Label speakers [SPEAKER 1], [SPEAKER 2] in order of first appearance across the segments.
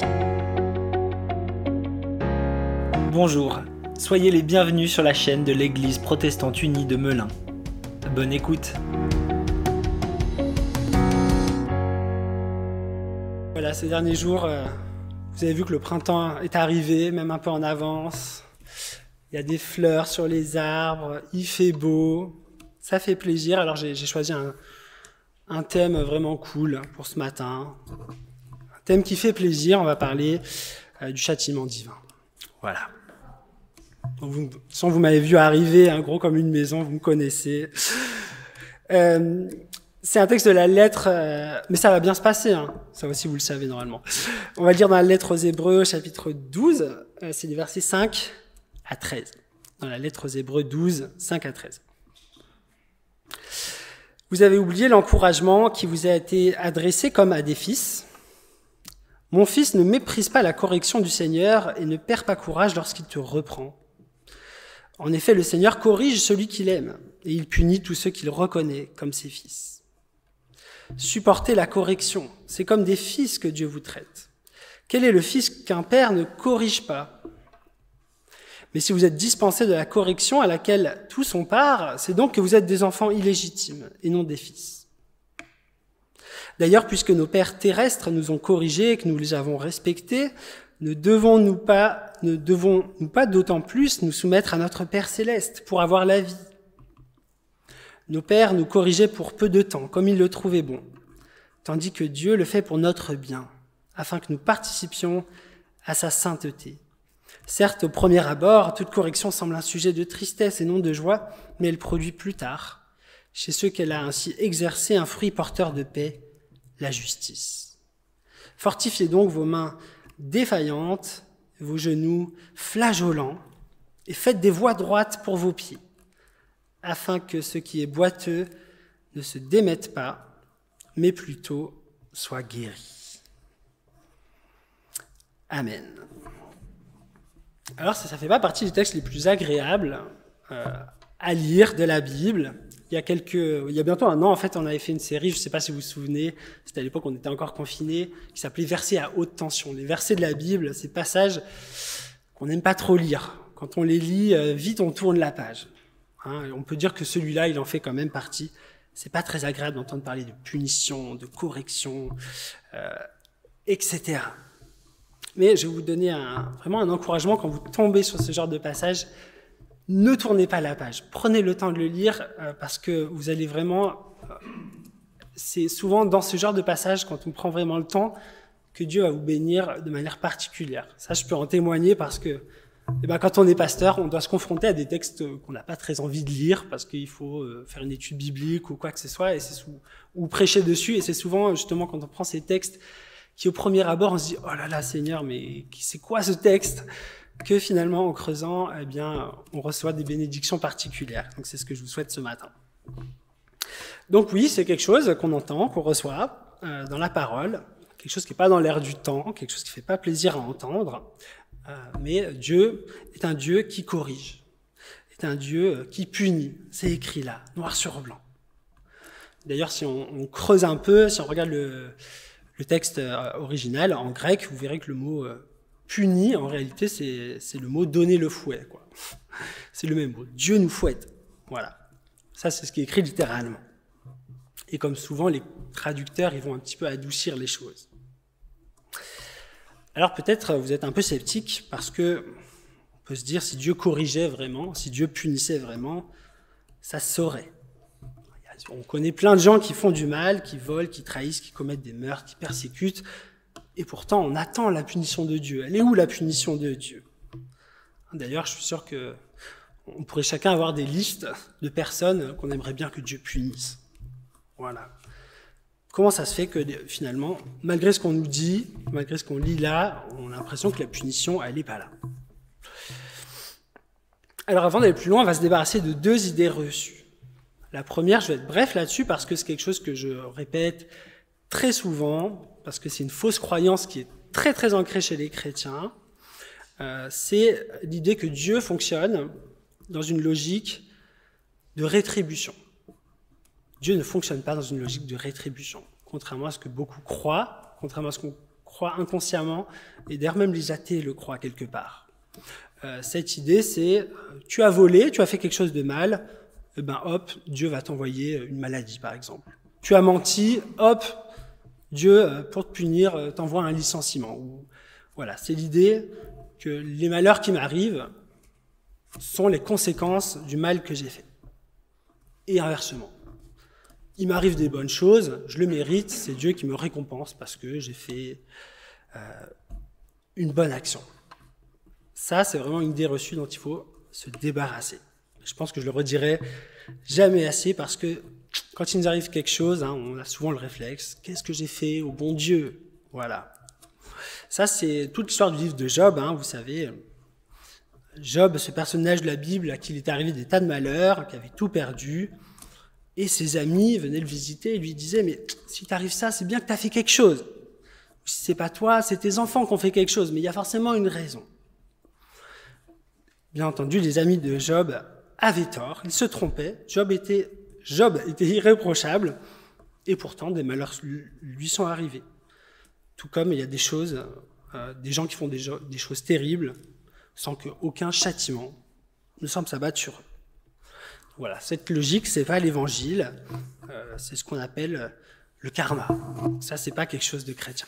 [SPEAKER 1] Bonjour, soyez les bienvenus sur la chaîne de l'Église protestante unie de Melun. Bonne écoute.
[SPEAKER 2] Voilà, ces derniers jours, vous avez vu que le printemps est arrivé, même un peu en avance. Il y a des fleurs sur les arbres, il fait beau, ça fait plaisir. Alors j'ai choisi un thème vraiment cool pour ce matin. Un thème qui fait plaisir, on va parler du châtiment divin. Voilà. Donc vous m'avez vu arriver, gros comme une maison, vous me connaissez. C'est un texte de la lettre, mais ça va bien se passer, ça aussi vous le savez normalement. On va le lire dans la lettre aux Hébreux, chapitre 12, c'est les versets 5 à 13. Dans la lettre aux Hébreux 12, 5 à 13. Vous avez oublié l'encouragement qui vous a été adressé comme à des fils. Mon fils, ne méprise pas la correction du Seigneur et ne perd pas courage lorsqu'il te reprend. En effet, le Seigneur corrige celui qu'il aime et il punit tous ceux qu'il reconnaît comme ses fils. Supportez la correction, c'est comme des fils que Dieu vous traite. Quel est le fils qu'un père ne corrige pas ? Mais si vous êtes dispensés de la correction à laquelle tous ont part, c'est donc que vous êtes des enfants illégitimes et non des fils. D'ailleurs, puisque nos pères terrestres nous ont corrigés et que nous les avons respectés, ne devons-nous pas d'autant plus nous soumettre à notre Père céleste pour avoir la vie ? Nos pères nous corrigeaient pour peu de temps, comme ils le trouvaient bon, tandis que Dieu le fait pour notre bien, afin que nous participions à sa sainteté. Certes, au premier abord, toute correction semble un sujet de tristesse et non de joie, mais elle produit plus tard, chez ceux qu'elle a ainsi exercé, un fruit porteur de paix, la justice. Fortifiez donc vos mains défaillantes, vos genoux flageolants, et faites des voies droites pour vos pieds, afin que ce qui est boiteux ne se démette pas, mais plutôt soit guéri. Amen. Alors, ça ne fait pas partie des textes les plus agréables à lire de la Bible. Il y a bientôt un an, en fait, on avait fait une série, je ne sais pas si vous vous souvenez, c'était à l'époque où on était encore confinés, qui s'appelait « Versets à haute tension ». Les versets de la Bible, ces passages qu'on n'aime pas trop lire. Quand on les lit, vite on tourne la page. On peut dire que celui-là, il en fait quand même partie. C'est pas très agréable d'entendre parler de punition, de correction, etc. Mais je vais vous donner vraiment un encouragement quand vous tombez sur ce genre de passage. Ne tournez pas la page. Prenez le temps de le lire parce que vous allez vraiment... c'est souvent dans ce genre de passage, quand on prend vraiment le temps, que Dieu va vous bénir de manière particulière. Ça, je peux en témoigner parce que quand on est pasteur, on doit se confronter à des textes qu'on n'a pas très envie de lire parce qu'il faut faire une étude biblique ou quoi que ce soit, ou prêcher dessus. Et c'est souvent, justement, quand on prend ces textes qui, au premier abord, on se dit « Oh là là, Seigneur, mais c'est quoi ce texte ?» que finalement, en creusant, on reçoit des bénédictions particulières. Donc, c'est ce que je vous souhaite ce matin. Donc oui, c'est quelque chose qu'on entend, qu'on reçoit dans la parole, quelque chose qui n'est pas dans l'air du temps, quelque chose qui ne fait pas plaisir à entendre, mais Dieu est un Dieu qui corrige, est un Dieu qui punit. C'est écrit là, noir sur blanc. D'ailleurs, si on creuse un peu, si on regarde le texte original en grec, vous verrez que le mot puni, en réalité, c'est le mot donner le fouet, quoi. C'est le même mot. Dieu nous fouette. Voilà. Ça, c'est ce qui est écrit littéralement. Et comme souvent, les traducteurs, ils vont un petit peu adoucir les choses. Alors peut-être vous êtes un peu sceptique parce que on peut se dire si Dieu corrigeait vraiment, si Dieu punissait vraiment, ça se saurait. On connaît plein de gens qui font du mal, qui volent, qui trahissent, qui commettent des meurtres, qui persécutent. Et pourtant, on attend la punition de Dieu. Elle est où la punition de Dieu ? D'ailleurs, je suis sûr qu'on pourrait chacun avoir des listes de personnes qu'on aimerait bien que Dieu punisse. Voilà. Comment ça se fait que finalement, malgré ce qu'on nous dit, malgré ce qu'on lit là, on a l'impression que la punition, elle n'est pas là. Alors avant d'aller plus loin, on va se débarrasser de deux idées reçues. La première, je vais être bref là-dessus parce que c'est quelque chose que je répète très souvent, parce que c'est une fausse croyance qui est très très ancrée chez les chrétiens. C'est l'idée que Dieu fonctionne dans une logique de rétribution. Dieu ne fonctionne pas dans une logique de rétribution, contrairement à ce que beaucoup croient, contrairement à ce qu'on croient inconsciemment, et d'ailleurs même les athées le croient quelque part. Cette idée, c'est tu as volé, tu as fait quelque chose de mal, et ben hop, Dieu va t'envoyer une maladie par exemple. Tu as menti, hop, Dieu, pour te punir, t'envoie un licenciement. Voilà, c'est l'idée que les malheurs qui m'arrivent sont les conséquences du mal que j'ai fait. Et inversement. Il m'arrive des bonnes choses, je le mérite, c'est Dieu qui me récompense parce que j'ai fait une bonne action. Ça, c'est vraiment une idée reçue dont il faut se débarrasser. Je pense que je le redirai jamais assez parce que quand il nous arrive quelque chose, on a souvent le réflexe, qu'est-ce que j'ai fait au bon Dieu? Voilà. Ça, c'est toute l'histoire du livre de Job, vous savez. Job, ce personnage de la Bible à qui il est arrivé des tas de malheurs, qui avait tout perdu, et ses amis venaient le visiter et lui disaient « Mais si t'arrive ça, c'est bien que t'as fait quelque chose. Si c'est pas toi, c'est tes enfants qui ont fait quelque chose, mais il y a forcément une raison. » Bien entendu, les amis de Job avaient tort, ils se trompaient, Job était irréprochable, et pourtant des malheurs lui sont arrivés. Tout comme il y a des choses, des gens qui font des choses terribles, sans qu'aucun châtiment ne semble s'abattre sur eux. Voilà, cette logique, c'est pas l'évangile, c'est ce qu'on appelle le karma. Ça, c'est pas quelque chose de chrétien.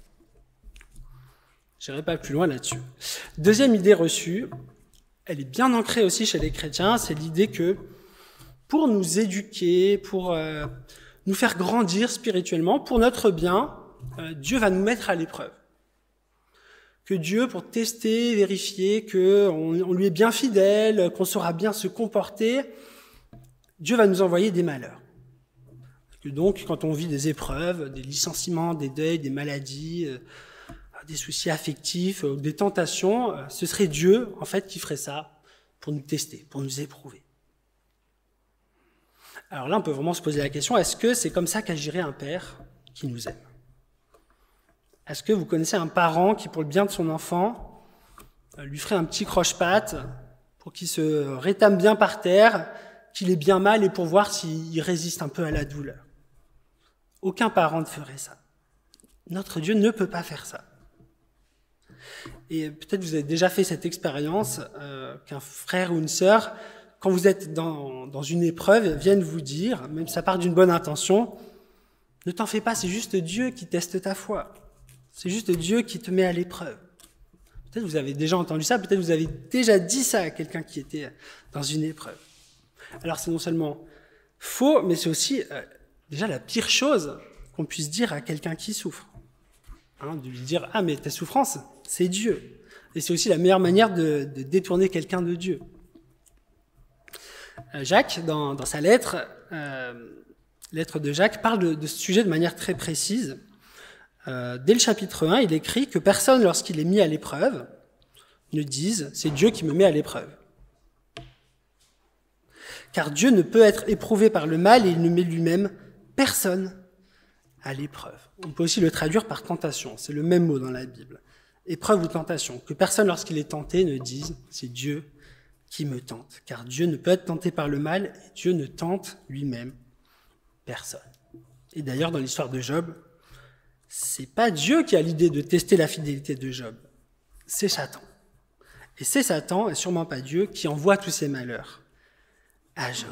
[SPEAKER 2] J'irai pas plus loin là-dessus. Deuxième idée reçue, elle est bien ancrée aussi chez les chrétiens, c'est l'idée que pour nous éduquer, pour nous faire grandir spirituellement, pour notre bien, Dieu va nous mettre à l'épreuve. Que Dieu, pour tester, vérifier qu'on lui est bien fidèle, qu'on saura bien se comporter, Dieu va nous envoyer des malheurs. Que donc, quand on vit des épreuves, des licenciements, des deuils, des maladies, des soucis affectifs, des tentations, ce serait Dieu, en fait, qui ferait ça pour nous tester, pour nous éprouver. Alors là, on peut vraiment se poser la question, est-ce que c'est comme ça qu'agirait un père qui nous aime? Est-ce que vous connaissez un parent qui, pour le bien de son enfant, lui ferait un petit croche-patte pour qu'il se rétame bien par terre, qu'il ait bien mal et pour voir s'il résiste un peu à la douleur? Aucun parent ne ferait ça. Notre Dieu ne peut pas faire ça. Et peut-être vous avez déjà fait cette expérience qu'un frère ou une sœur, quand vous êtes dans une épreuve, viennent vous dire, même si ça part d'une bonne intention, ne t'en fais pas, c'est juste Dieu qui teste ta foi. C'est juste Dieu qui te met à l'épreuve. Peut-être vous avez déjà entendu ça, peut-être vous avez déjà dit ça à quelqu'un qui était dans une épreuve. Alors c'est non seulement faux, mais c'est aussi déjà la pire chose qu'on puisse dire à quelqu'un qui souffre. De lui dire « Ah, mais ta souffrance, c'est Dieu. » Et c'est aussi la meilleure manière de détourner quelqu'un de Dieu. Jacques, dans sa lettre de Jacques, parle de ce sujet de manière très précise. Dès le chapitre 1, il écrit que personne, lorsqu'il est mis à l'épreuve, ne dise « c'est Dieu qui me met à l'épreuve ». Car Dieu ne peut être éprouvé par le mal et il ne met lui-même personne à l'épreuve. On peut aussi le traduire par tentation, c'est le même mot dans la Bible. Épreuve ou tentation, que personne lorsqu'il est tenté ne dise « c'est Dieu qui me tente ». Car Dieu ne peut être tenté par le mal et Dieu ne tente lui-même personne. Et d'ailleurs, dans l'histoire de Job, c'est pas Dieu qui a l'idée de tester la fidélité de Job, c'est Satan. Et c'est Satan, et sûrement pas Dieu, qui envoie tous ces malheurs à Job.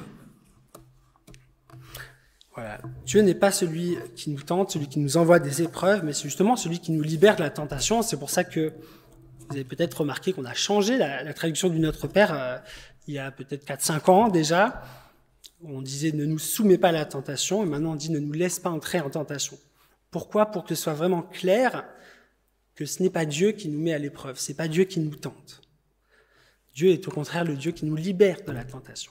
[SPEAKER 2] Voilà. Dieu n'est pas celui qui nous tente, celui qui nous envoie des épreuves, mais c'est justement celui qui nous libère de la tentation. C'est pour ça que vous avez peut-être remarqué qu'on a changé la traduction du Notre Père il y a peut-être 4-5 ans déjà. On disait « ne nous soumets pas à la tentation » et maintenant on dit « ne nous laisse pas entrer en tentation ». Pourquoi? Pour que ce soit vraiment clair que ce n'est pas Dieu qui nous met à l'épreuve, c'est pas Dieu qui nous tente. Dieu est au contraire le Dieu qui nous libère de la tentation.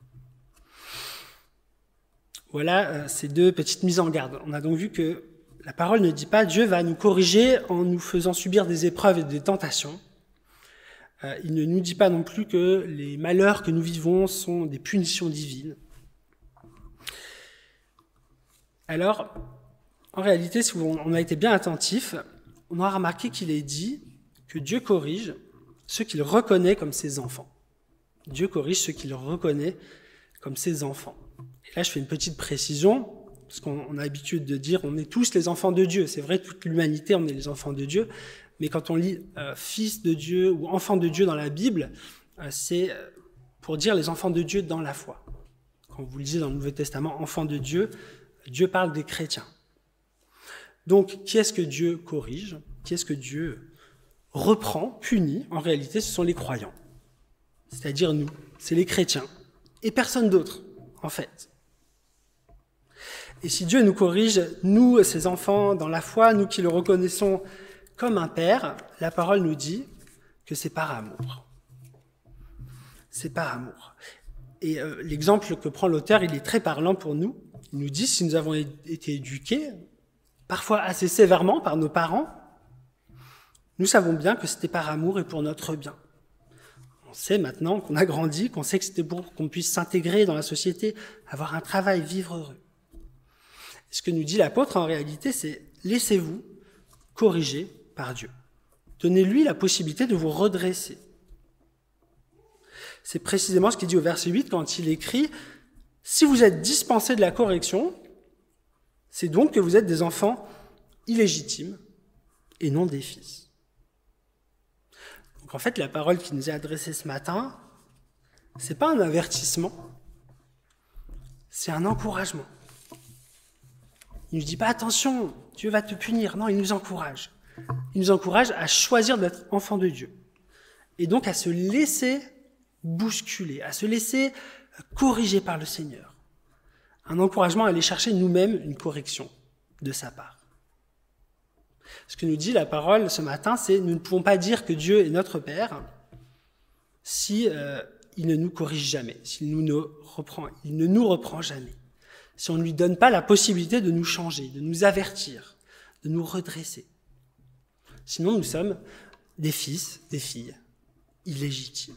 [SPEAKER 2] Voilà ces deux petites mises en garde. On a donc vu que la parole ne dit pas Dieu va nous corriger en nous faisant subir des épreuves et des tentations. Il ne nous dit pas non plus que les malheurs que nous vivons sont des punitions divines. Alors, en réalité, si on a été bien attentif, on aura remarqué qu'il est dit que Dieu corrige ceux qu'il reconnaît comme ses enfants. Dieu corrige ceux qu'il reconnaît comme ses enfants. Et là, je fais une petite précision. parce qu'on a l'habitude de dire on est tous les enfants de Dieu. C'est vrai, toute l'humanité, on est les enfants de Dieu. Mais quand on lit fils de Dieu ou enfant de Dieu dans la Bible, c'est pour dire les enfants de Dieu dans la foi. Quand vous lisez dans le Nouveau Testament, enfants de Dieu, Dieu parle des chrétiens. Donc, qui est-ce que Dieu corrige? Qui est-ce que Dieu reprend, punit? En réalité, ce sont les croyants. C'est-à-dire nous, c'est les chrétiens. Et personne d'autre, en fait. Et si Dieu nous corrige, nous, ses enfants, dans la foi, nous qui le reconnaissons comme un père, la parole nous dit que c'est par amour. C'est par amour. Et l'exemple que prend l'auteur, il est très parlant pour nous. Il nous dit, si nous avons été éduqués, parfois assez sévèrement par nos parents, nous savons bien que c'était par amour et pour notre bien. On sait maintenant qu'on a grandi, qu'on sait que c'était pour qu'on puisse s'intégrer dans la société, avoir un travail, vivre heureux. Et ce que nous dit l'apôtre, en réalité, c'est « laissez-vous corriger par Dieu. Donnez-lui la possibilité de vous redresser. » C'est précisément ce qu'il dit au verset 8 quand il écrit « Si vous êtes dispensés de la correction, c'est donc que vous êtes des enfants illégitimes et non des fils. » Donc en fait, la parole qui nous est adressée ce matin, c'est pas un avertissement, c'est un encouragement. Il ne nous dit pas « Attention, Dieu va te punir ». Non, il nous encourage. Il nous encourage à choisir d'être enfant de Dieu. Et donc à se laisser bousculer, à se laisser corriger par le Seigneur. Un encouragement à aller chercher nous-mêmes une correction de sa part. Ce que nous dit la parole ce matin, c'est nous ne pouvons pas dire que Dieu est notre Père si il ne nous corrige jamais, s'il il ne nous reprend jamais, si on ne lui donne pas la possibilité de nous changer, de nous avertir, de nous redresser. Sinon, nous sommes des fils, des filles illégitimes.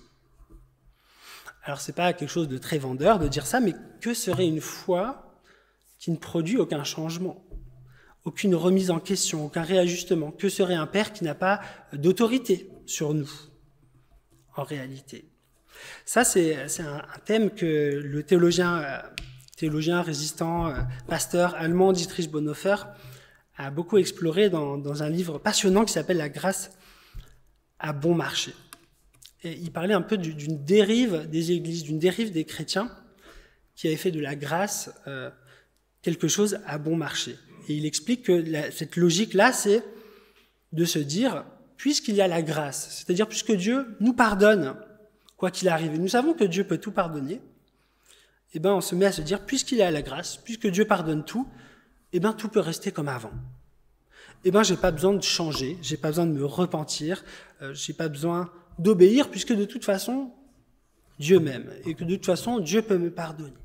[SPEAKER 2] Alors, c'est pas quelque chose de très vendeur de dire ça, mais que serait une foi qui ne produit aucun changement, aucune remise en question, aucun réajustement? Que serait un père qui n'a pas d'autorité sur nous, en réalité? Ça, c'est un thème que le théologien résistant, pasteur allemand Dietrich Bonhoeffer a beaucoup exploré dans un livre passionnant qui s'appelle « La grâce à bon marché ». Et il parlait un peu d'une dérive des églises, d'une dérive des chrétiens qui avait fait de la grâce quelque chose à bon marché. Et il explique que cette logique-là, c'est de se dire, puisqu'il y a la grâce, c'est-à-dire puisque Dieu nous pardonne, quoi qu'il arrive, et nous savons que Dieu peut tout pardonner, eh ben on se met à se dire, puisqu'il y a la grâce, puisque Dieu pardonne tout, eh ben tout peut rester comme avant. Eh ben j'ai pas besoin de changer, j'ai pas besoin de me repentir, j'ai pas besoin d'obéir, puisque de toute façon, Dieu m'aime, et que de toute façon, Dieu peut me pardonner.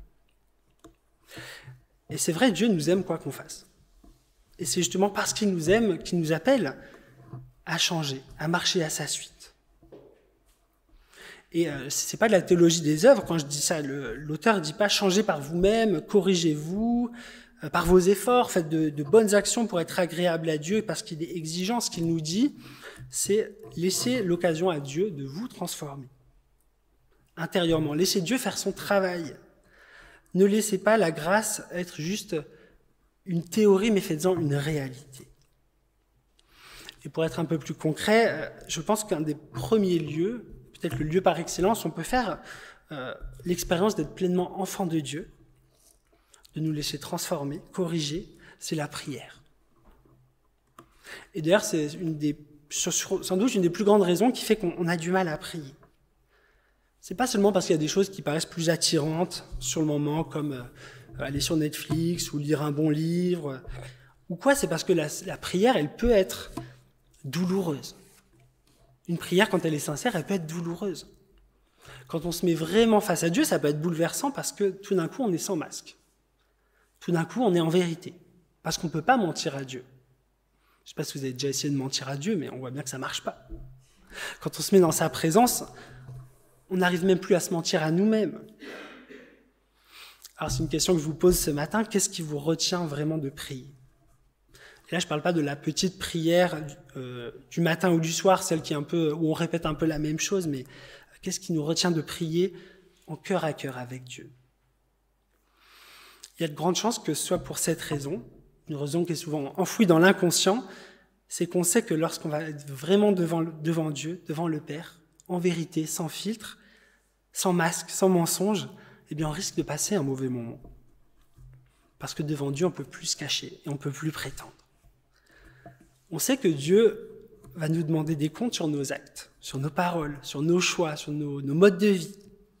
[SPEAKER 2] Et c'est vrai, Dieu nous aime quoi qu'on fasse. Et c'est justement parce qu'il nous aime qu'il nous appelle à changer, à marcher à sa suite. Et c'est pas de la théologie des œuvres, quand je dis ça, l'auteur ne dit pas « changez par vous-même, corrigez-vous », par vos efforts, faites de bonnes actions pour être agréable à Dieu, parce qu'il est exigeant. Ce qu'il nous dit, c'est laisser l'occasion à Dieu de vous transformer intérieurement. Laissez Dieu faire son travail. Ne laissez pas la grâce être juste une théorie, mais faites-en une réalité. Et pour être un peu plus concret, je pense qu'un des premiers lieux, peut-être le lieu par excellence, on peut faire l'expérience d'être pleinement enfant de Dieu, de nous laisser transformer, corriger, c'est la prière. Et d'ailleurs, c'est sans doute une des plus grandes raisons qui fait qu'on a du mal à prier. C'est pas seulement parce qu'il y a des choses qui paraissent plus attirantes sur le moment, comme aller sur Netflix ou lire un bon livre, ou quoi, c'est parce que la prière, elle peut être douloureuse. Une prière, quand elle est sincère, elle peut être douloureuse. Quand on se met vraiment face à Dieu, ça peut être bouleversant parce que tout d'un coup, on est sans masque. Tout d'un coup, on est en vérité. Parce qu'on ne peut pas mentir à Dieu. Je ne sais pas si vous avez déjà essayé de mentir à Dieu, mais on voit bien que ça ne marche pas. Quand on se met dans sa présence, on n'arrive même plus à se mentir à nous-mêmes. Alors c'est une question que je vous pose ce matin, qu'est-ce qui vous retient vraiment de prier? Et là, je ne parle pas de la petite prière du matin ou du soir, celle qui est un peu, où on répète un peu la même chose, mais qu'est-ce qui nous retient de prier en cœur à cœur avec Dieu? Il il y a de grandes chances que ce soit pour cette raison, une raison qui est souvent enfouie dans l'inconscient, c'est qu'on sait que lorsqu'on va être vraiment devant Dieu, devant le Père, en vérité, sans filtre, sans masque, sans mensonge, eh bien on risque de passer un mauvais moment. Parce que devant Dieu, on ne peut plus se cacher et on ne peut plus prétendre. On sait que Dieu va nous demander des comptes sur nos actes, sur nos paroles, sur nos choix, sur nos modes de vie.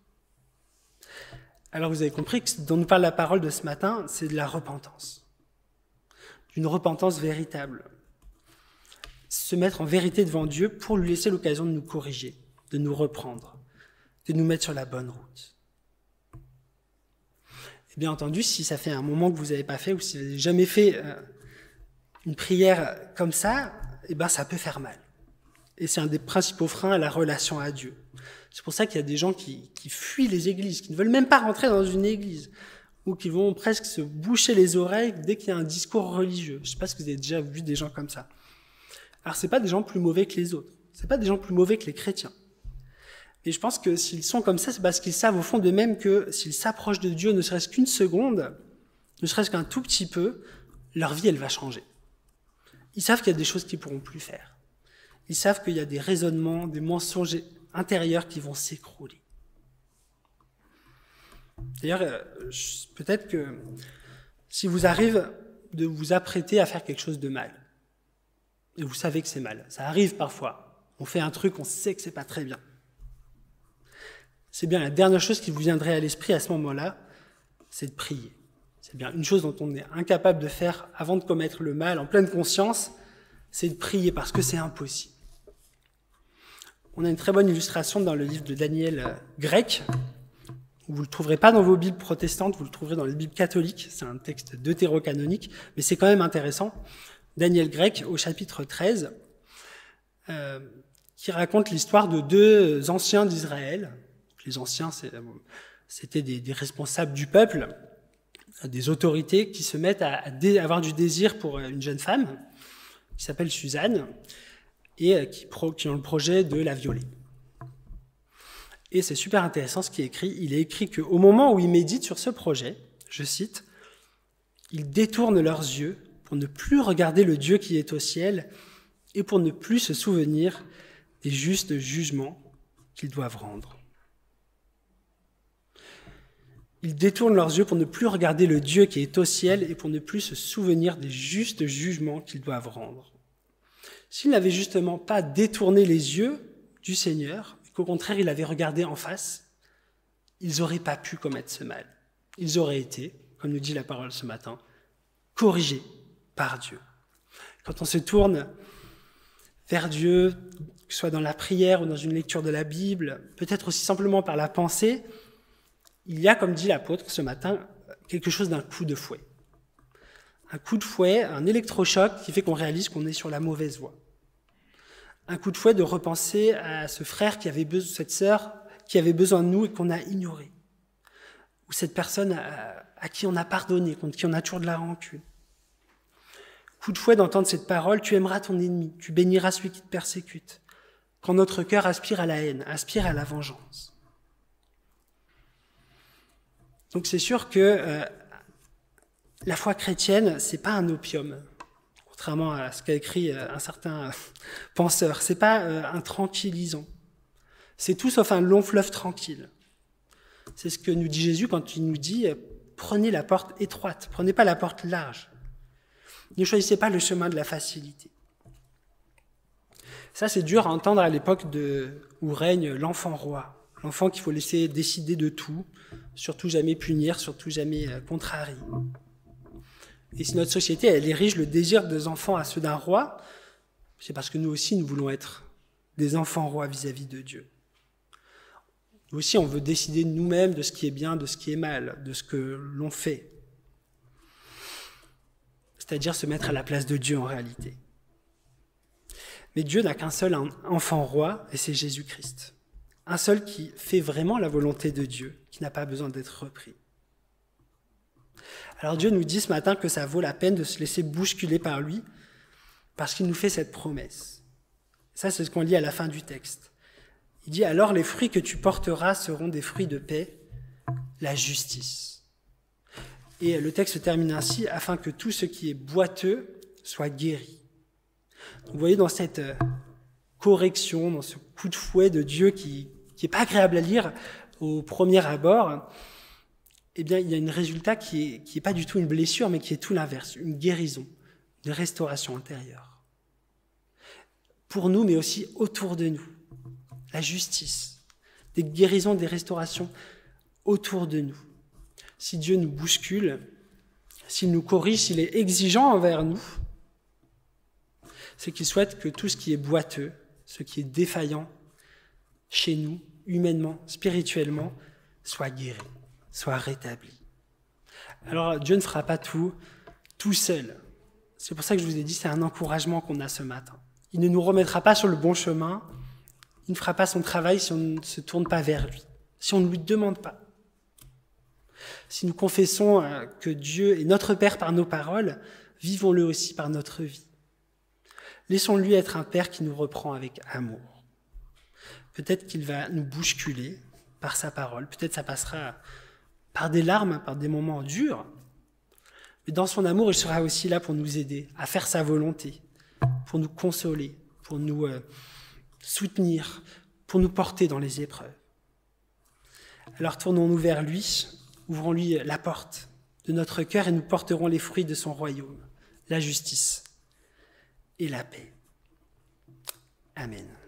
[SPEAKER 2] Alors vous avez compris que ce dont nous parle la parole de ce matin, c'est de la repentance. D'une repentance véritable. Se mettre en vérité devant Dieu pour lui laisser l'occasion de nous corriger, de nous reprendre, de nous mettre sur la bonne route. Et bien entendu, si ça fait un moment que vous n'avez pas fait, ou si vous n'avez jamais fait une prière comme ça, eh ben ça peut faire mal. Et c'est un des principaux freins à la relation à Dieu. C'est pour ça qu'il y a des gens qui fuient les églises, qui ne veulent même pas rentrer dans une église, ou qui vont presque se boucher les oreilles dès qu'il y a un discours religieux. Je ne sais pas si vous avez déjà vu des gens comme ça. Alors c'est pas des gens plus mauvais que les autres, c'est pas des gens plus mauvais que les chrétiens. Et je pense que s'ils sont comme ça, c'est parce qu'ils savent au fond d'eux-mêmes que s'ils s'approchent de Dieu, ne serait-ce qu'une seconde, ne serait-ce qu'un tout petit peu, leur vie, elle va changer. Ils savent qu'il y a des choses qu'ils ne pourront plus faire. Ils savent qu'il y a des raisonnements, des mensonges intérieurs qui vont s'écrouler. D'ailleurs, peut-être que si vous arrive de vous apprêter à faire quelque chose de mal, et vous savez que c'est mal, ça arrive parfois, on fait un truc, on sait que c'est pas très bien. C'est bien la dernière chose qui vous viendrait à l'esprit à ce moment-là, c'est de prier. C'est bien une chose dont on est incapable de faire avant de commettre le mal en pleine conscience, c'est de prier parce que c'est impossible. On a une très bonne illustration dans le livre de Daniel grec. Vous ne le trouverez pas dans vos Bibles protestantes, vous le trouverez dans les Bibles catholiques. C'est un texte deutérocanonique, mais c'est quand même intéressant. Daniel grec au chapitre 13, qui raconte l'histoire de deux anciens d'Israël. Les anciens, c'était des responsables du peuple, des autorités qui se mettent à avoir du désir pour une jeune femme qui s'appelle Suzanne et qui ont le projet de la violer. Et c'est super intéressant ce qui est écrit. Il est écrit qu'au moment où ils méditent sur ce projet, je cite, « Ils détournent leurs yeux pour ne plus regarder le Dieu qui est au ciel et pour ne plus se souvenir des justes jugements qu'ils doivent rendre. » Ils détournent leurs yeux pour ne plus regarder le Dieu qui est au ciel et pour ne plus se souvenir des justes jugements qu'ils doivent rendre. S'ils n'avaient justement pas détourné les yeux du Seigneur, qu'au contraire ils avaient regardé en face, ils n'auraient pas pu commettre ce mal. Ils auraient été, comme nous dit la parole ce matin, corrigés par Dieu. Quand on se tourne vers Dieu, que ce soit dans la prière ou dans une lecture de la Bible, peut-être aussi simplement par la pensée, il y a, comme dit l'apôtre ce matin, quelque chose d'un coup de fouet. Un coup de fouet, un électrochoc qui fait qu'on réalise qu'on est sur la mauvaise voie. Un coup de fouet de repenser à ce frère qui avait besoin, cette sœur qui avait besoin de nous et qu'on a ignoré. Ou cette personne à qui on a pardonné, contre qui on a toujours de la rancune. Coup de fouet d'entendre cette parole, tu aimeras ton ennemi, tu béniras celui qui te persécute. Quand notre cœur aspire à la haine, aspire à la vengeance. Donc c'est sûr que la foi chrétienne, c'est pas un opium, contrairement à ce qu'a écrit un certain penseur. C'est pas un tranquillisant. C'est tout sauf un long fleuve tranquille. C'est ce que nous dit Jésus quand il nous dit prenez la porte étroite, prenez pas la porte large. Ne choisissez pas le chemin de la facilité. Ça, c'est dur à entendre à l'époque où règne l'enfant roi. L'enfant qu'il faut laisser décider de tout, surtout jamais punir, surtout jamais contrarier. Et si notre société, elle érige le désir des enfants à ceux d'un roi, c'est parce que nous aussi, nous voulons être des enfants rois vis-à-vis de Dieu. Nous aussi, on veut décider nous-mêmes de ce qui est bien, de ce qui est mal, de ce que l'on fait. C'est-à-dire se mettre à la place de Dieu en réalité. Mais Dieu n'a qu'un seul enfant roi, et c'est Jésus-Christ. Un seul qui fait vraiment la volonté de Dieu, qui n'a pas besoin d'être repris. Alors Dieu nous dit ce matin que ça vaut la peine de se laisser bousculer par lui, parce qu'il nous fait cette promesse. Ça, c'est ce qu'on lit à la fin du texte. Il dit « Alors les fruits que tu porteras seront des fruits de paix, la justice. » Et le texte se termine ainsi, afin que tout ce qui est boiteux soit guéri. Donc, vous voyez, dans cette correction, dans ce coup de fouet de Dieu qui n'est pas agréable à lire au premier abord, eh bien, il y a un résultat qui est pas du tout une blessure, mais qui est tout l'inverse, une guérison, une restauration intérieure. Pour nous, mais aussi autour de nous. La justice, des guérisons, des restaurations autour de nous. Si Dieu nous bouscule, s'il nous corrige, s'il est exigeant envers nous, c'est qu'il souhaite que tout ce qui est boiteux, ce qui est défaillant chez nous, humainement, spirituellement, soit guéri, soit rétabli. Alors Dieu ne fera pas tout seul. C'est pour ça que je vous ai dit, c'est un encouragement qu'on a ce matin. Il ne nous remettra pas sur le bon chemin, il ne fera pas son travail si on ne se tourne pas vers lui, si on ne lui demande pas. Si nous confessons que Dieu est notre Père par nos paroles, vivons-le aussi par notre vie. Laissons-lui être un Père qui nous reprend avec amour. Peut-être qu'il va nous bousculer par sa parole, peut-être ça passera par des larmes, par des moments durs, mais dans son amour, il sera aussi là pour nous aider à faire sa volonté, pour nous consoler, pour nous soutenir, pour nous porter dans les épreuves. Alors tournons-nous vers lui, ouvrons-lui la porte de notre cœur et nous porterons les fruits de son royaume, la justice et la paix. Amen.